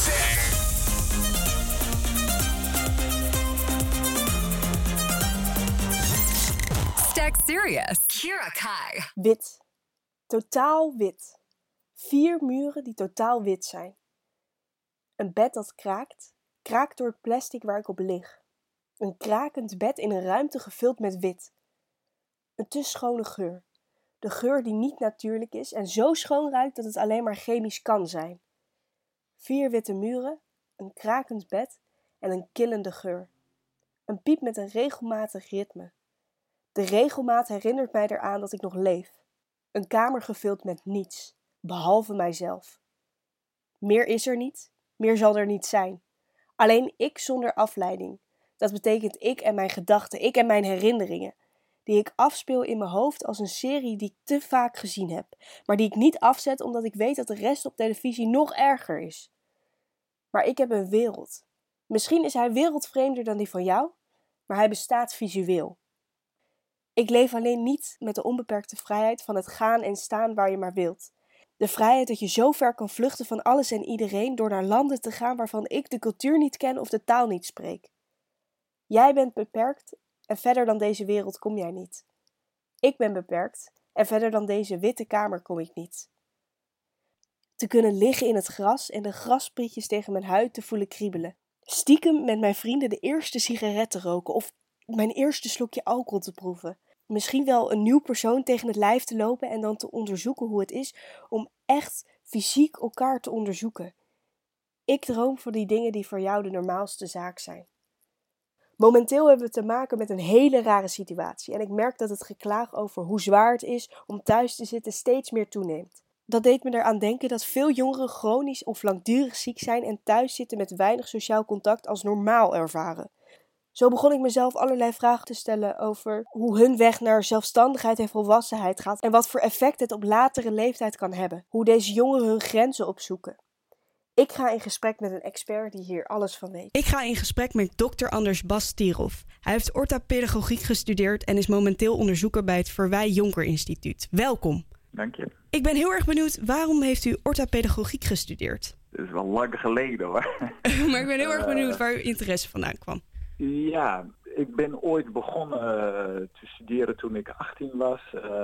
Stack Serious. Kira Kai. Wit. Totaal wit. 4 muren die totaal wit zijn. Een bed dat kraakt. Kraakt door het plastic waar ik op lig. Een krakend bed in een ruimte gevuld met wit. Een te schone geur. De geur die niet natuurlijk is en zo schoon ruikt dat het alleen maar chemisch kan zijn. 4 witte muren, een krakend bed en een killende geur. Een piep met een regelmatig ritme. De regelmaat herinnert mij eraan dat ik nog leef. Een kamer gevuld met niets, behalve mijzelf. Meer is er niet, meer zal er niet zijn. Alleen ik zonder afleiding. Dat betekent ik en mijn gedachten, ik en mijn herinneringen. Die ik afspeel in mijn hoofd als een serie die ik te vaak gezien heb. Maar die ik niet afzet omdat ik weet dat de rest op televisie nog erger is. Maar ik heb een wereld. Misschien is hij wereldvreemder dan die van jou, maar hij bestaat visueel. Ik leef alleen niet met de onbeperkte vrijheid van het gaan en staan waar je maar wilt. De vrijheid dat je zo ver kan vluchten van alles en iedereen door naar landen te gaan waarvan ik de cultuur niet ken of de taal niet spreek. Jij bent beperkt en verder dan deze wereld kom jij niet. Ik ben beperkt en verder dan deze witte kamer kom ik niet. Te kunnen liggen in het gras en de grassprietjes tegen mijn huid te voelen kriebelen. Stiekem met mijn vrienden de eerste sigaret te roken of mijn eerste slokje alcohol te proeven. Misschien wel een nieuw persoon tegen het lijf te lopen en dan te onderzoeken hoe het is om echt fysiek elkaar te onderzoeken. Ik droom van die dingen die voor jou de normaalste zaak zijn. Momenteel hebben we te maken met een hele rare situatie en ik merk dat het geklaag over hoe zwaar het is om thuis te zitten steeds meer toeneemt. Dat deed me eraan denken dat veel jongeren chronisch of langdurig ziek zijn en thuis zitten met weinig sociaal contact als normaal ervaren. Zo begon ik mezelf allerlei vragen te stellen over hoe hun weg naar zelfstandigheid en volwassenheid gaat en wat voor effect het op latere leeftijd kan hebben. Hoe deze jongeren hun grenzen opzoeken. Ik ga in gesprek met een expert die hier alles van weet. Ik ga in gesprek met Dr. Anders Bastierov. Hij heeft orthopedagogiek gestudeerd en is momenteel onderzoeker bij het Verwij Jonker Instituut. Welkom. Dank je. Ik ben heel erg benieuwd, waarom heeft u orthopedagogiek gestudeerd? Dat is wel lang geleden hoor. Maar ik ben heel erg benieuwd waar uw interesse vandaan kwam. Ja, ik ben ooit begonnen te studeren toen ik 18 was.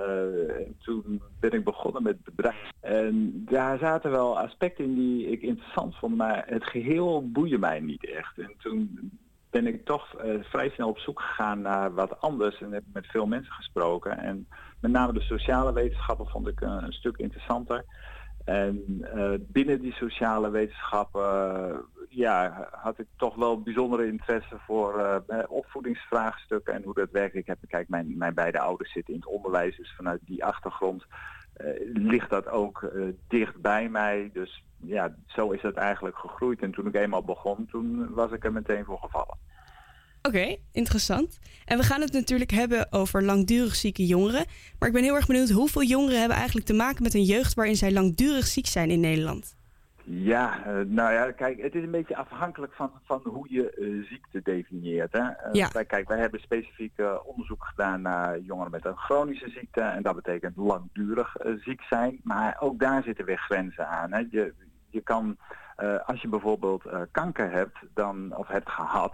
Toen ben ik begonnen met bedrijf. En daar zaten wel aspecten in die ik interessant vond, maar het geheel boeide mij niet echt. En toen ben ik toch vrij snel op zoek gegaan naar wat anders en heb met veel mensen gesproken. En met name de sociale wetenschappen vond ik een stuk interessanter. En binnen die sociale wetenschappen had ik toch wel bijzondere interesse voor opvoedingsvraagstukken en hoe dat werkt. Mijn beide ouders zitten in het onderwijs, dus vanuit die achtergrond ligt dat ook dicht bij mij. Dus ja, zo is dat eigenlijk gegroeid. En toen ik eenmaal begon, toen was ik er meteen voor gevallen. Oké, interessant. En we gaan het natuurlijk hebben over langdurig zieke jongeren. Maar ik ben heel erg benieuwd, hoeveel jongeren hebben eigenlijk te maken met een jeugd waarin zij langdurig ziek zijn in Nederland? Ja, kijk, het is een beetje afhankelijk van hoe je ziekte definieert. Hè? Wij hebben specifiek onderzoek gedaan naar jongeren met een chronische ziekte. En dat betekent langdurig ziek zijn. Maar ook daar zitten weer grenzen aan. Hè? Je kan, als je bijvoorbeeld kanker hebt of hebt gehad,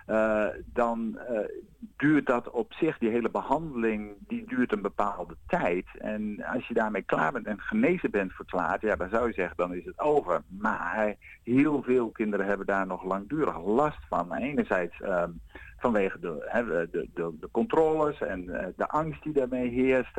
dan duurt dat op zich, die hele behandeling, die duurt een bepaalde tijd. En als je daarmee klaar bent en genezen bent verklaard, ja, dan zou je zeggen, dan is het over. Maar heel veel kinderen hebben daar nog langdurig last van. Enerzijds vanwege de controles en de angst die daarmee heerst,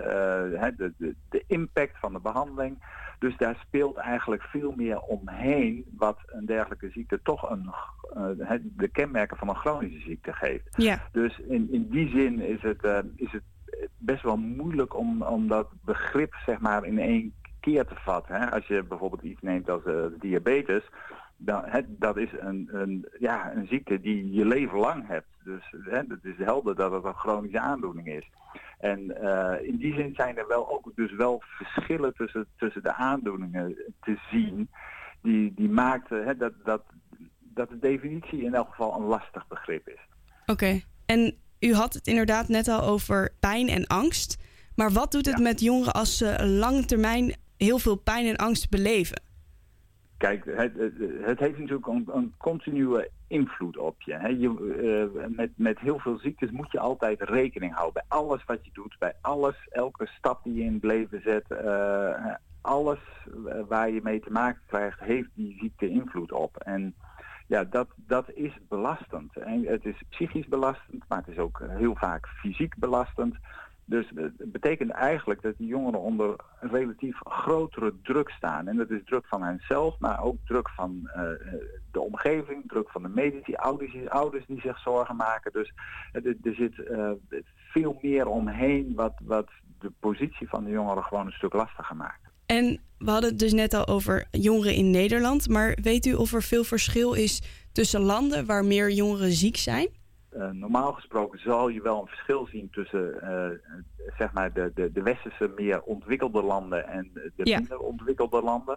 de impact van de behandeling. Dus daar speelt eigenlijk veel meer omheen wat een dergelijke ziekte toch de kenmerken van een chronische ziekte geeft. Ja. Dus in die zin is het best wel moeilijk om dat begrip zeg maar in één keer te vatten. Hè? Als je bijvoorbeeld iets neemt als diabetes, dat is een ziekte die je leven lang hebt. Dus het is helder dat het een chronische aandoening is. En in die zin zijn er wel verschillen tussen de aandoeningen te zien. Die maakten dat de definitie in elk geval een lastig begrip is. Oké. En u had het inderdaad net al over pijn en angst. Maar wat doet het met jongeren als ze lange termijn heel veel pijn en angst beleven? Kijk, het heeft natuurlijk een continue invloed op je. Hè. Met heel veel ziektes moet je altijd rekening houden. Bij alles wat je doet, bij alles, elke stap die je in het leven zet, alles waar je mee te maken krijgt, heeft die ziekte invloed op. En ja, dat is belastend. En het is psychisch belastend, maar het is ook heel vaak fysiek belastend. Dus het betekent eigenlijk dat die jongeren onder relatief grotere druk staan. En dat is druk van henzelf, maar ook druk van de omgeving, druk van de medici, ouders die zich zorgen maken. Dus er zit veel meer omheen wat de positie van de jongeren gewoon een stuk lastiger maakt. En we hadden het dus net al over jongeren in Nederland. Maar weet u of er veel verschil is tussen landen waar meer jongeren ziek zijn? Normaal gesproken zal je wel een verschil zien tussen zeg maar de westerse meer ontwikkelde landen en de minder ontwikkelde landen.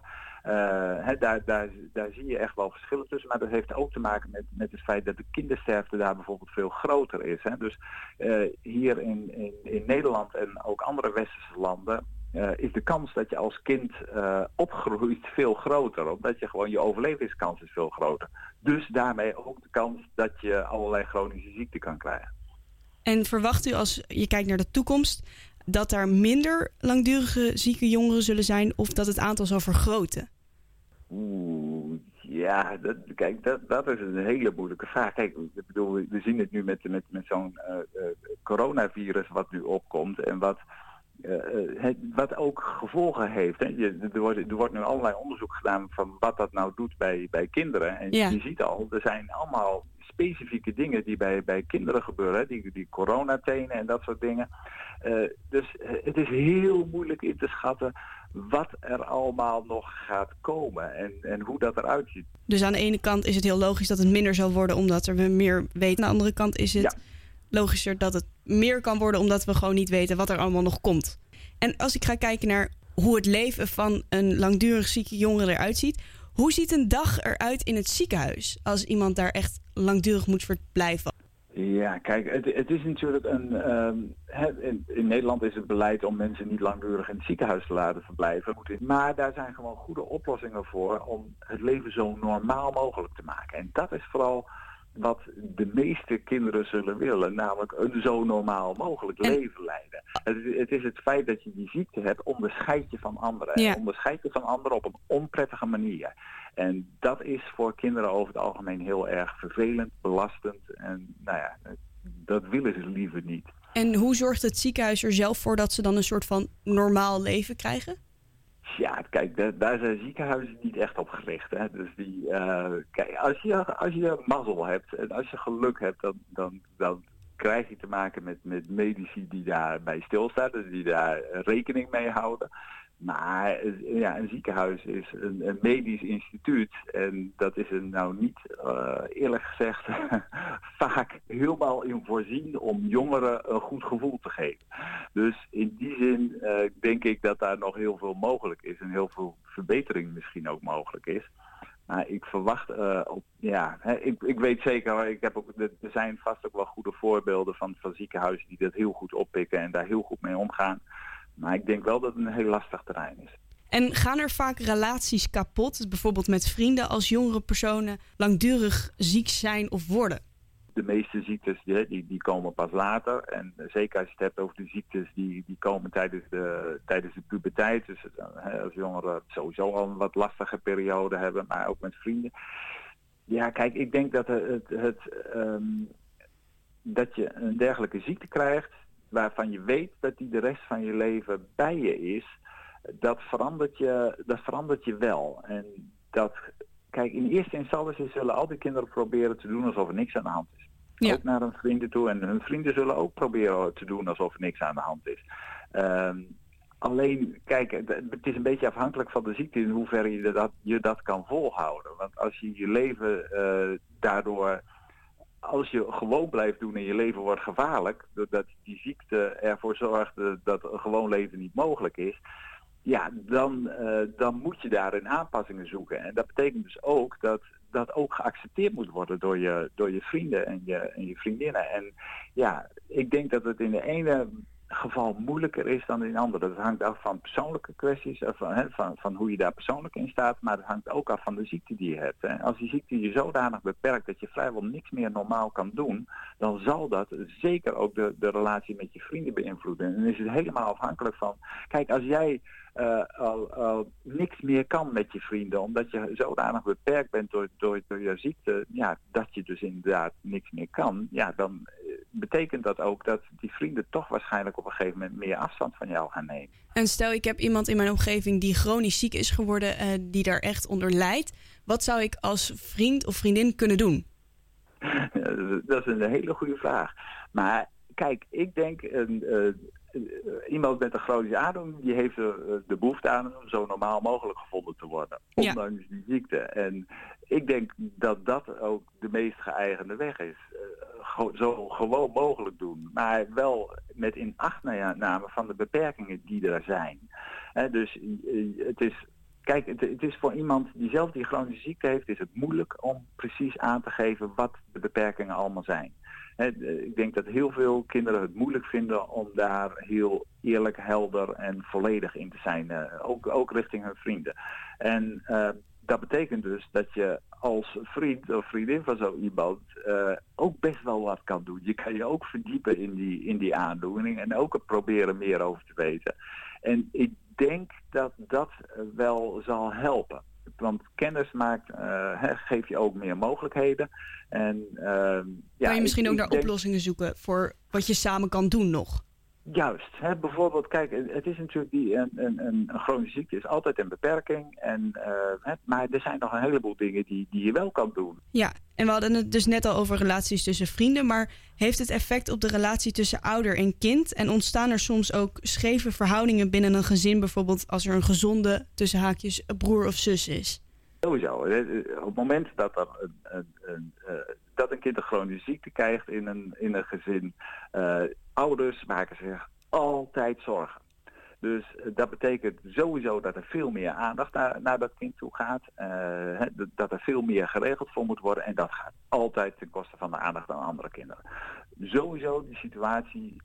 Daar zie je echt wel verschillen tussen, maar dat heeft ook te maken met het feit dat de kindersterfte daar bijvoorbeeld veel groter is. Hè. Dus hier in Nederland en ook andere westerse landen is de kans dat je als kind opgroeit veel groter. Omdat je overlevingskans is veel groter. Dus daarmee ook de kans dat je allerlei chronische ziekten kan krijgen. En verwacht u als je kijkt naar de toekomst dat er minder langdurige zieke jongeren zullen zijn of dat het aantal zal vergroten? Ja, dat is een hele moeilijke vraag. Kijk, ik bedoel, we zien het nu met zo'n coronavirus wat nu opkomt en wat ook gevolgen heeft. Hè. Er wordt nu allerlei onderzoek gedaan van wat dat nou doet bij kinderen. En je ziet al, er zijn allemaal specifieke dingen die bij kinderen gebeuren. Hè. Die coronatenen en dat soort dingen. Dus het is heel moeilijk in te schatten wat er allemaal nog gaat komen en hoe dat eruit ziet. Dus aan de ene kant is het heel logisch dat het minder zal worden omdat we meer weten. Aan de andere kant is het logischer dat het meer kan worden omdat we gewoon niet weten wat er allemaal nog komt. En als ik ga kijken naar hoe het leven van een langdurig zieke jongere eruit ziet, hoe ziet een dag eruit in het ziekenhuis als iemand daar echt langdurig moet verblijven? Ja, kijk, het is natuurlijk in Nederland is het beleid om mensen niet langdurig in het ziekenhuis te laten verblijven. Maar daar zijn gewoon goede oplossingen voor om het leven zo normaal mogelijk te maken. En dat is vooral wat de meeste kinderen zullen willen, namelijk een zo normaal mogelijk leven leiden. Het is het feit dat je die ziekte hebt, onderscheid je van anderen. Ja. Onderscheid je van anderen op een onprettige manier. En dat is voor kinderen over het algemeen heel erg vervelend, belastend. En dat willen ze liever niet. En hoe zorgt het ziekenhuis er zelf voor dat ze dan een soort van normaal leven krijgen? Ja, kijk, daar zijn ziekenhuizen niet echt op gericht. Hè. Dus kijk, als je mazzel hebt en als je geluk hebt, dan krijg je te maken met medici die daarbij stilstaan, dus die daar rekening mee houden. Maar een ziekenhuis is een medisch instituut en dat is er nou niet, eerlijk gezegd, vaak helemaal in voorzien om jongeren een goed gevoel te geven. Dus in die zin denk ik dat daar nog heel veel mogelijk is en heel veel verbetering misschien ook mogelijk is. Maar ik verwacht ik weet zeker, er zijn vast ook wel goede voorbeelden van ziekenhuizen die dat heel goed oppikken en daar heel goed mee omgaan. Maar ik denk wel dat het een heel lastig terrein is. En gaan er vaak relaties kapot, bijvoorbeeld met vrienden, als jongere personen langdurig ziek zijn of worden? De meeste ziektes die komen pas later. En zeker als je het hebt over de ziektes die komen tijdens de puberteit. Dus als jongeren sowieso al een wat lastige periode hebben, maar ook met vrienden. Ja, kijk, ik denk dat dat je een dergelijke ziekte krijgt waarvan je weet dat die de rest van je leven bij je is, dat verandert je wel. En kijk, in eerste instantie zullen al die kinderen proberen te doen alsof er niks aan de hand is. Ja. Ook naar hun vrienden toe. En hun vrienden zullen ook proberen te doen alsof er niks aan de hand is. Alleen, kijk, het is een beetje afhankelijk van de ziekte in hoeverre je dat kan volhouden. Want als je je leven daardoor, als je gewoon blijft doen en je leven wordt gevaarlijk, doordat die ziekte ervoor zorgt dat een gewoon leven niet mogelijk is, ja, dan moet je daarin aanpassingen zoeken. En dat betekent dus ook dat ook geaccepteerd moet worden door je vrienden en je vriendinnen. En ja, ik denk dat het in de ene geval moeilijker is dan in andere. Dat hangt af van persoonlijke kwesties, van hoe je daar persoonlijk in staat, maar het hangt ook af van de ziekte die je hebt. Hè. Als die ziekte je zodanig beperkt dat je vrijwel niks meer normaal kan doen, dan zal dat zeker ook de relatie met je vrienden beïnvloeden. En dan is het helemaal afhankelijk van, kijk, als jij al niks meer kan met je vrienden, omdat je zodanig beperkt bent door je ziekte, ja, dat je dus inderdaad niks meer kan, ja, dan betekent dat ook dat die vrienden toch waarschijnlijk op een gegeven moment meer afstand van jou gaan nemen. En stel, ik heb iemand in mijn omgeving die chronisch ziek is geworden, die daar echt onder lijdt. Wat zou ik als vriend of vriendin kunnen doen? Dat is een hele goede vraag. Maar kijk, ik denk iemand met een chronische aandoening, die heeft de behoefte aan om zo normaal mogelijk gevonden te worden. Ondanks die ziekte. En ik denk dat dat ook de meest geëigende weg is. Zo gewoon mogelijk doen. Maar wel met inachtname van de beperkingen die er zijn. Dus het is... Kijk, het is voor iemand die zelf die chronische ziekte heeft, is het moeilijk om precies aan te geven wat de beperkingen allemaal zijn. Ik denk dat heel veel kinderen het moeilijk vinden om daar heel eerlijk, helder en volledig in te zijn. Ook richting hun vrienden. En dat betekent dus dat je als vriend of vriendin van zo iemand ook best wel wat kan doen. Je kan je ook verdiepen in die aandoening en ook proberen meer over te weten. En ik denk dat dat wel zal helpen. Want kennis geeft je ook meer mogelijkheden. En, kan je misschien ook naar oplossingen zoeken voor wat je samen kan doen nog? Juist. Bijvoorbeeld, kijk, het is natuurlijk een chronische ziekte is altijd een beperking. Maar er zijn nog een heleboel dingen die je wel kan doen. Ja, en we hadden het dus net al over relaties tussen vrienden. Maar heeft het effect op de relatie tussen ouder en kind? En ontstaan er soms ook scheve verhoudingen binnen een gezin? Bijvoorbeeld als er een gezonde, tussen haakjes, broer of zus is? Sowieso. Op het moment dat een kind een chronische ziekte krijgt in een gezin, ouders maken zich altijd zorgen. Dus dat betekent sowieso dat er veel meer aandacht naar dat kind toe gaat. Dat er veel meer geregeld voor moet worden. En dat gaat altijd ten koste van de aandacht aan andere kinderen. Sowieso, die situatie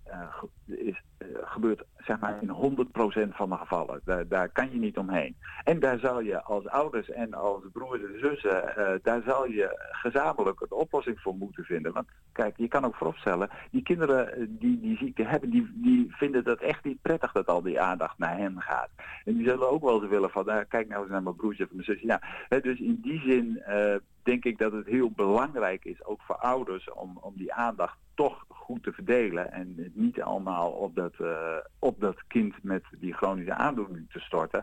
gebeurt zeg maar in 100% van de gevallen. Daar kan je niet omheen. En daar zal je als ouders en als broers en zussen, daar zal je gezamenlijk een oplossing voor moeten vinden. Want kijk, je kan ook vooropstellen, die kinderen die ziekte hebben, die vinden dat echt niet prettig dat al die aandacht naar hen gaat. En die zullen ook wel eens willen van, kijk nou eens naar mijn broertje of mijn zusje. Ja, dus in die zin denk ik dat het heel belangrijk is, ook voor ouders, om die aandacht toch goed te verdelen en niet allemaal op dat kind met die chronische aandoening te storten.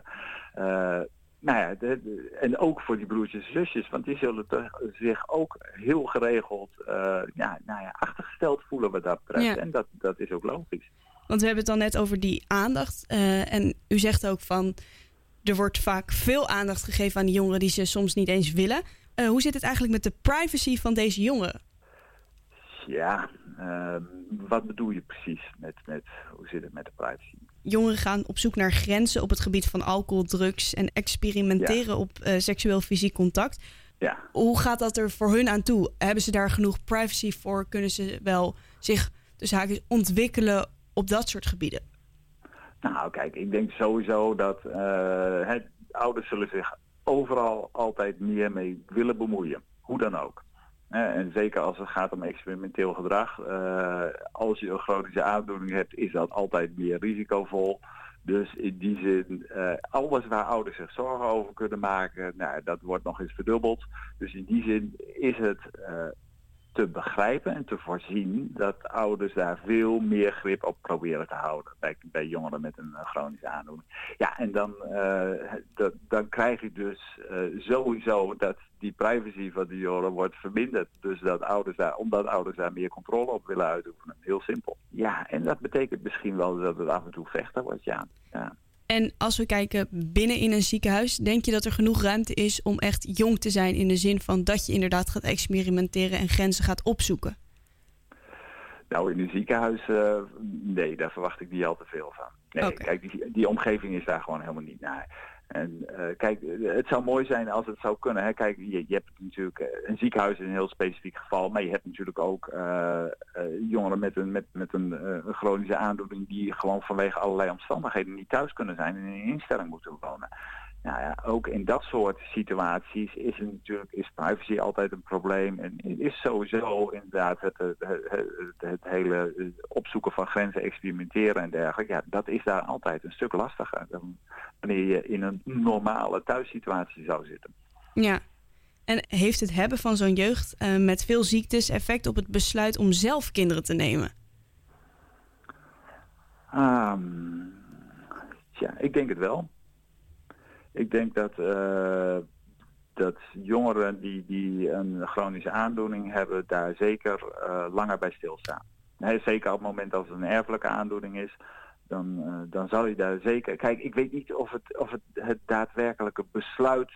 En ook voor die broertjes en zusjes, want die zullen zich ook heel geregeld achtergesteld voelen wat dat betreft. Ja. En dat is ook logisch. Want we hebben het dan net over die aandacht. En u zegt ook van, er wordt vaak veel aandacht gegeven aan die jongeren die ze soms niet eens willen. Hoe zit het eigenlijk met de privacy van deze jongeren? Ja, wat bedoel je precies hoe zit het met de privacy? Jongeren gaan op zoek naar grenzen op het gebied van alcohol, drugs en experimenteren op seksueel fysiek contact. Ja. Hoe gaat dat er voor hun aan toe? Hebben ze daar genoeg privacy voor? Kunnen ze wel zich tussen haakjes ontwikkelen op dat soort gebieden? Nou, kijk, ik denk sowieso dat ouders zullen zich overal altijd meer mee willen bemoeien. Hoe dan ook. En zeker als het gaat om experimenteel gedrag. Als je een chronische aandoening hebt, is dat altijd meer risicovol. Dus in die zin, alles waar ouders zich zorgen over kunnen maken, dat wordt nog eens verdubbeld. Dus in die zin is het te begrijpen en te voorzien dat ouders daar veel meer grip op proberen te houden bij jongeren met een chronische aandoening. Ja, en dan krijg je dus sowieso dat die privacy van die jongeren wordt verminderd. Dus omdat ouders daar meer controle op willen uitoefenen. Heel simpel. Ja, en dat betekent misschien wel dat het af en toe vechten wordt, ja. En als we kijken binnen in een ziekenhuis, denk je dat er genoeg ruimte is om echt jong te zijn in de zin van dat je inderdaad gaat experimenteren en grenzen gaat opzoeken? Nou, in een ziekenhuis, nee, daar verwacht ik niet al te veel van. Nee, Okay. Kijk, die omgeving is daar gewoon helemaal niet naar. En kijk, het zou mooi zijn als het zou kunnen. Hè. Kijk, je hebt natuurlijk een ziekenhuis in een heel specifiek geval, maar je hebt natuurlijk ook jongeren met een chronische aandoening die gewoon vanwege allerlei omstandigheden niet thuis kunnen zijn en in een instelling moeten wonen. Nou ja, ook in dat soort situaties is privacy altijd een probleem. En is sowieso inderdaad het hele opzoeken van grenzen, experimenteren en dergelijke. Ja, dat is daar altijd een stuk lastiger dan wanneer je in een normale thuissituatie zou zitten. Ja, en heeft het hebben van zo'n jeugd met veel ziektes effect op het besluit om zelf kinderen te nemen? Ik denk het wel. Ik denk dat jongeren die een chronische aandoening hebben, daar zeker langer bij stilstaan. Zeker op het moment als het een erfelijke aandoening is, dan zal je daar zeker... Kijk, ik weet niet of het daadwerkelijke besluit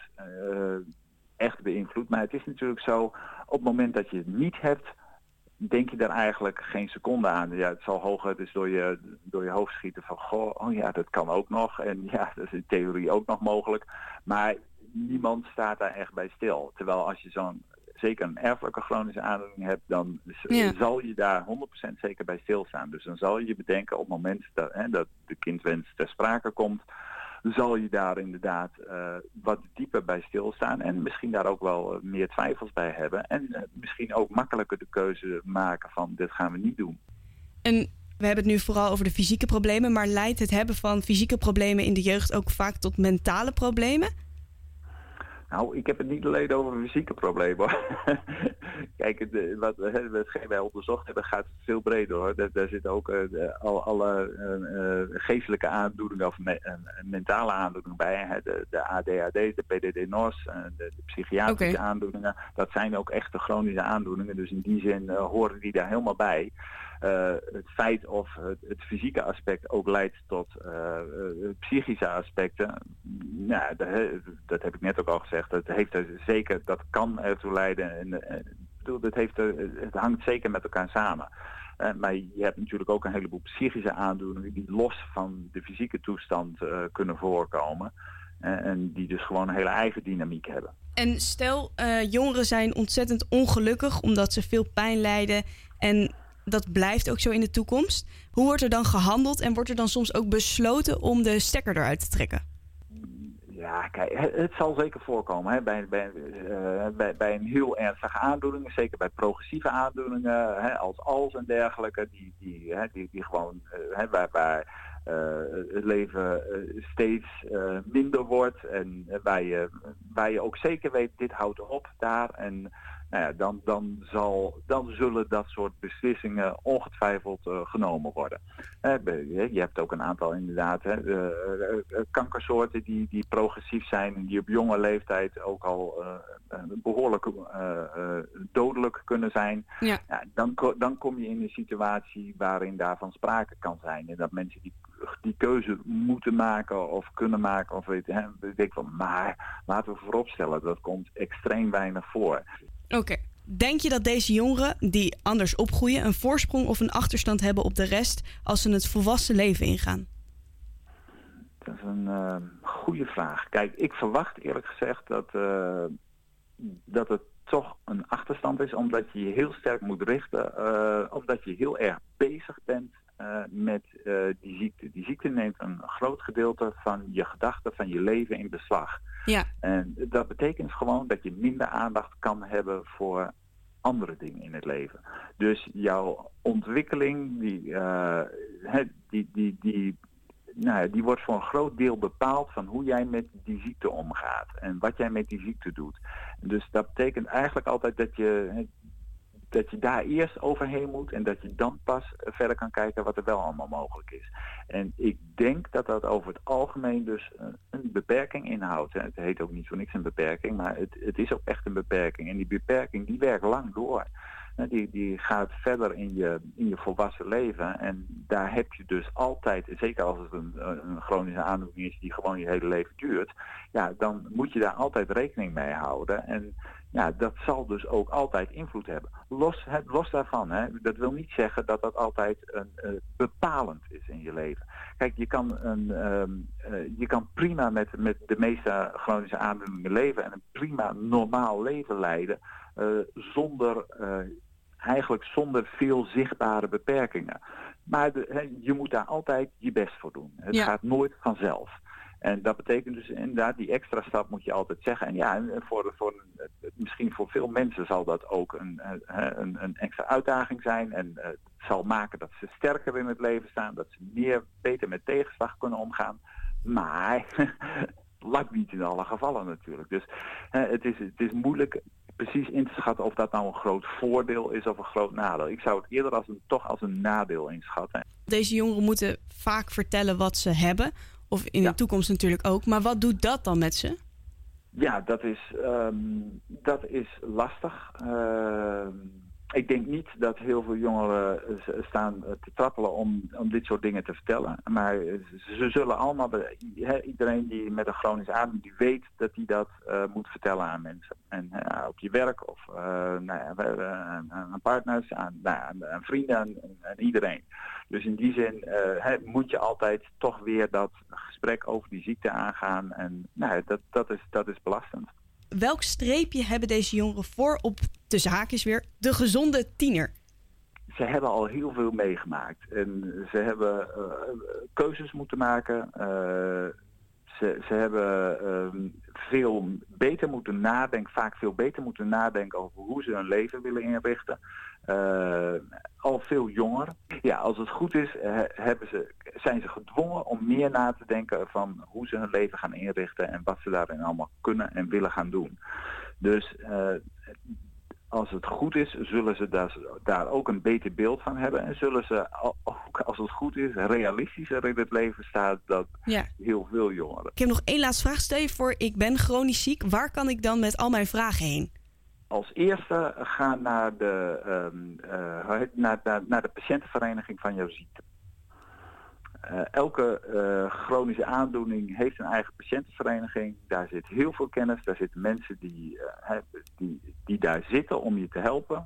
echt beïnvloedt, maar het is natuurlijk zo, op het moment dat je het niet hebt, denk je daar eigenlijk geen seconde aan. Ja, het zal hooguit door je hoofd schieten van, oh ja, dat kan ook nog. En ja, dat is in theorie ook nog mogelijk. Maar niemand staat daar echt bij stil. Terwijl als je zeker een erfelijke chronische aandoening hebt, dan zal je daar 100% zeker bij stilstaan. Dus dan zal je bedenken op het moment dat de kindwens ter sprake komt, zal je daar inderdaad wat dieper bij stilstaan en misschien daar ook wel meer twijfels bij hebben. En misschien ook makkelijker de keuze maken van dit gaan we niet doen. En we hebben het nu vooral over de fysieke problemen, maar leidt het hebben van fysieke problemen in de jeugd ook vaak tot mentale problemen? Nou, ik heb het niet alleen over fysieke problemen. Kijk, hetgeen wij onderzocht hebben gaat veel breder hoor. Daar zitten ook alle geestelijke aandoeningen of mentale aandoeningen bij. Hè. De ADHD, de PDD-NOS, de psychiatrische aandoeningen. Dat zijn ook echte chronische aandoeningen. Dus in die zin horen die daar helemaal bij. Het feit of het fysieke aspect ook leidt tot psychische aspecten, nou, dat heb ik net ook al gezegd. Dat kan ertoe leiden. Het hangt zeker met elkaar samen. Maar je hebt natuurlijk ook een heleboel psychische aandoeningen die los van de fysieke toestand kunnen voorkomen. En die dus gewoon een hele eigen dynamiek hebben. En stel, jongeren zijn ontzettend ongelukkig omdat ze veel pijn lijden en dat blijft ook zo in de toekomst. Hoe wordt er dan gehandeld en wordt er dan soms ook besloten om de stekker eruit te trekken? Ja, kijk, het zal zeker voorkomen. Hè. Bij een heel ernstige aandoening, zeker bij progressieve aandoeningen, als en dergelijke, die gewoon waar het leven steeds minder wordt en waar je ook zeker weet, dit houdt op daar. En nou ja, dan zullen dat soort beslissingen ongetwijfeld genomen worden. Je hebt ook een aantal inderdaad kankersoorten die progressief zijn en die op jonge leeftijd ook al behoorlijk dodelijk kunnen zijn. Ja. Ja, dan kom je in een situatie waarin daarvan sprake kan zijn. En dat mensen die keuze moeten maken of kunnen maken of weet ik van, maar laten we vooropstellen, dat komt extreem weinig voor. Oké. Denk je dat deze jongeren die anders opgroeien een voorsprong of een achterstand hebben op de rest als ze het volwassen leven ingaan? Dat is een goede vraag. Kijk, ik verwacht eerlijk gezegd dat het toch een achterstand is, omdat je je heel sterk moet richten, omdat je heel erg bezig bent met die ziekte. Die ziekte neemt een groot gedeelte van je gedachten, van je leven in beslag. Ja. En dat betekent gewoon dat je minder aandacht kan hebben voor andere dingen in het leven. Dus jouw ontwikkeling, die wordt voor een groot deel bepaald van hoe jij met die ziekte omgaat en wat jij met die ziekte doet. Dus dat betekent eigenlijk altijd dat je daar eerst overheen moet en dat je dan pas verder kan kijken wat er wel allemaal mogelijk is. En ik denk dat dat over het algemeen dus een beperking inhoudt. Het heet ook niet voor niks een beperking, maar het is ook echt een beperking. En die beperking die werkt lang door. Die gaat verder in je volwassen leven. En daar heb je dus altijd, zeker als het een chronische aandoening is die gewoon je hele leven duurt, ja, dan moet je daar altijd rekening mee houden. En ja, dat zal dus ook altijd invloed hebben. Los daarvan, dat wil niet zeggen dat dat altijd bepalend is in je leven. Kijk, je kan prima met de meeste chronische aandoeningen leven en een prima normaal leven leiden eigenlijk zonder veel zichtbare beperkingen. Maar je moet daar altijd je best voor doen. Het gaat nooit vanzelf. En dat betekent dus inderdaad, die extra stap moet je altijd zeggen. En ja, misschien voor veel mensen zal dat ook een extra uitdaging zijn. En het zal maken dat ze sterker in het leven staan. Dat ze beter met tegenslag kunnen omgaan. Maar lang niet in alle gevallen natuurlijk. Dus het is moeilijk precies in te schatten of dat nou een groot voordeel is of een groot nadeel. Ik zou het eerder als een nadeel inschatten. Deze jongeren moeten vaak vertellen wat ze hebben. Of in de toekomst natuurlijk ook. Maar wat doet dat dan met ze? Ja, dat is lastig. Ik denk niet dat heel veel jongeren staan te trappelen om dit soort dingen te vertellen. Maar ze zullen allemaal, iedereen die met een chronische aandoening, die weet dat hij dat moet vertellen aan mensen. En op je werk of aan partners, aan vrienden, aan iedereen. Dus in die zin moet je altijd toch weer dat gesprek over die ziekte aangaan. En dat is belastend. Welk streepje hebben deze jongeren voor op de zaak is weer de gezonde tiener? Ze hebben al heel veel meegemaakt. En ze hebben keuzes moeten maken. Ze hebben veel beter moeten nadenken, vaak veel beter moeten nadenken over hoe ze hun leven willen inrichten. Al veel jonger. Ja, als het goed is, zijn ze gedwongen om meer na te denken van hoe ze hun leven gaan inrichten en wat ze daarin allemaal kunnen en willen gaan doen. Dus als het goed is, zullen ze daar ook een beter beeld van hebben. En zullen ze ook, als het goed is, realistischer in het leven staan dan heel veel jongeren. Ik heb nog één laatste vraag. Stel je voor, ik ben chronisch ziek. Waar kan ik dan met al mijn vragen heen? Als eerste ga naar de patiëntenvereniging van jouw ziekte. Elke chronische aandoening heeft een eigen patiëntenvereniging. Daar zit heel veel kennis. Daar zitten mensen die daar zitten om je te helpen.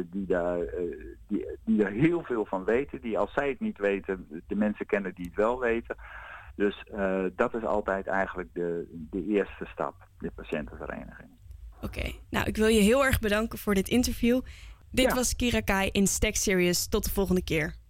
Die er heel veel van weten. Die als zij het niet weten, de mensen kennen die het wel weten. Dus dat is altijd eigenlijk de eerste stap. De patiëntenvereniging. Oké. Nou, ik wil je heel erg bedanken voor dit interview. Dit was Kira Kai in Stack Serious. Tot de volgende keer.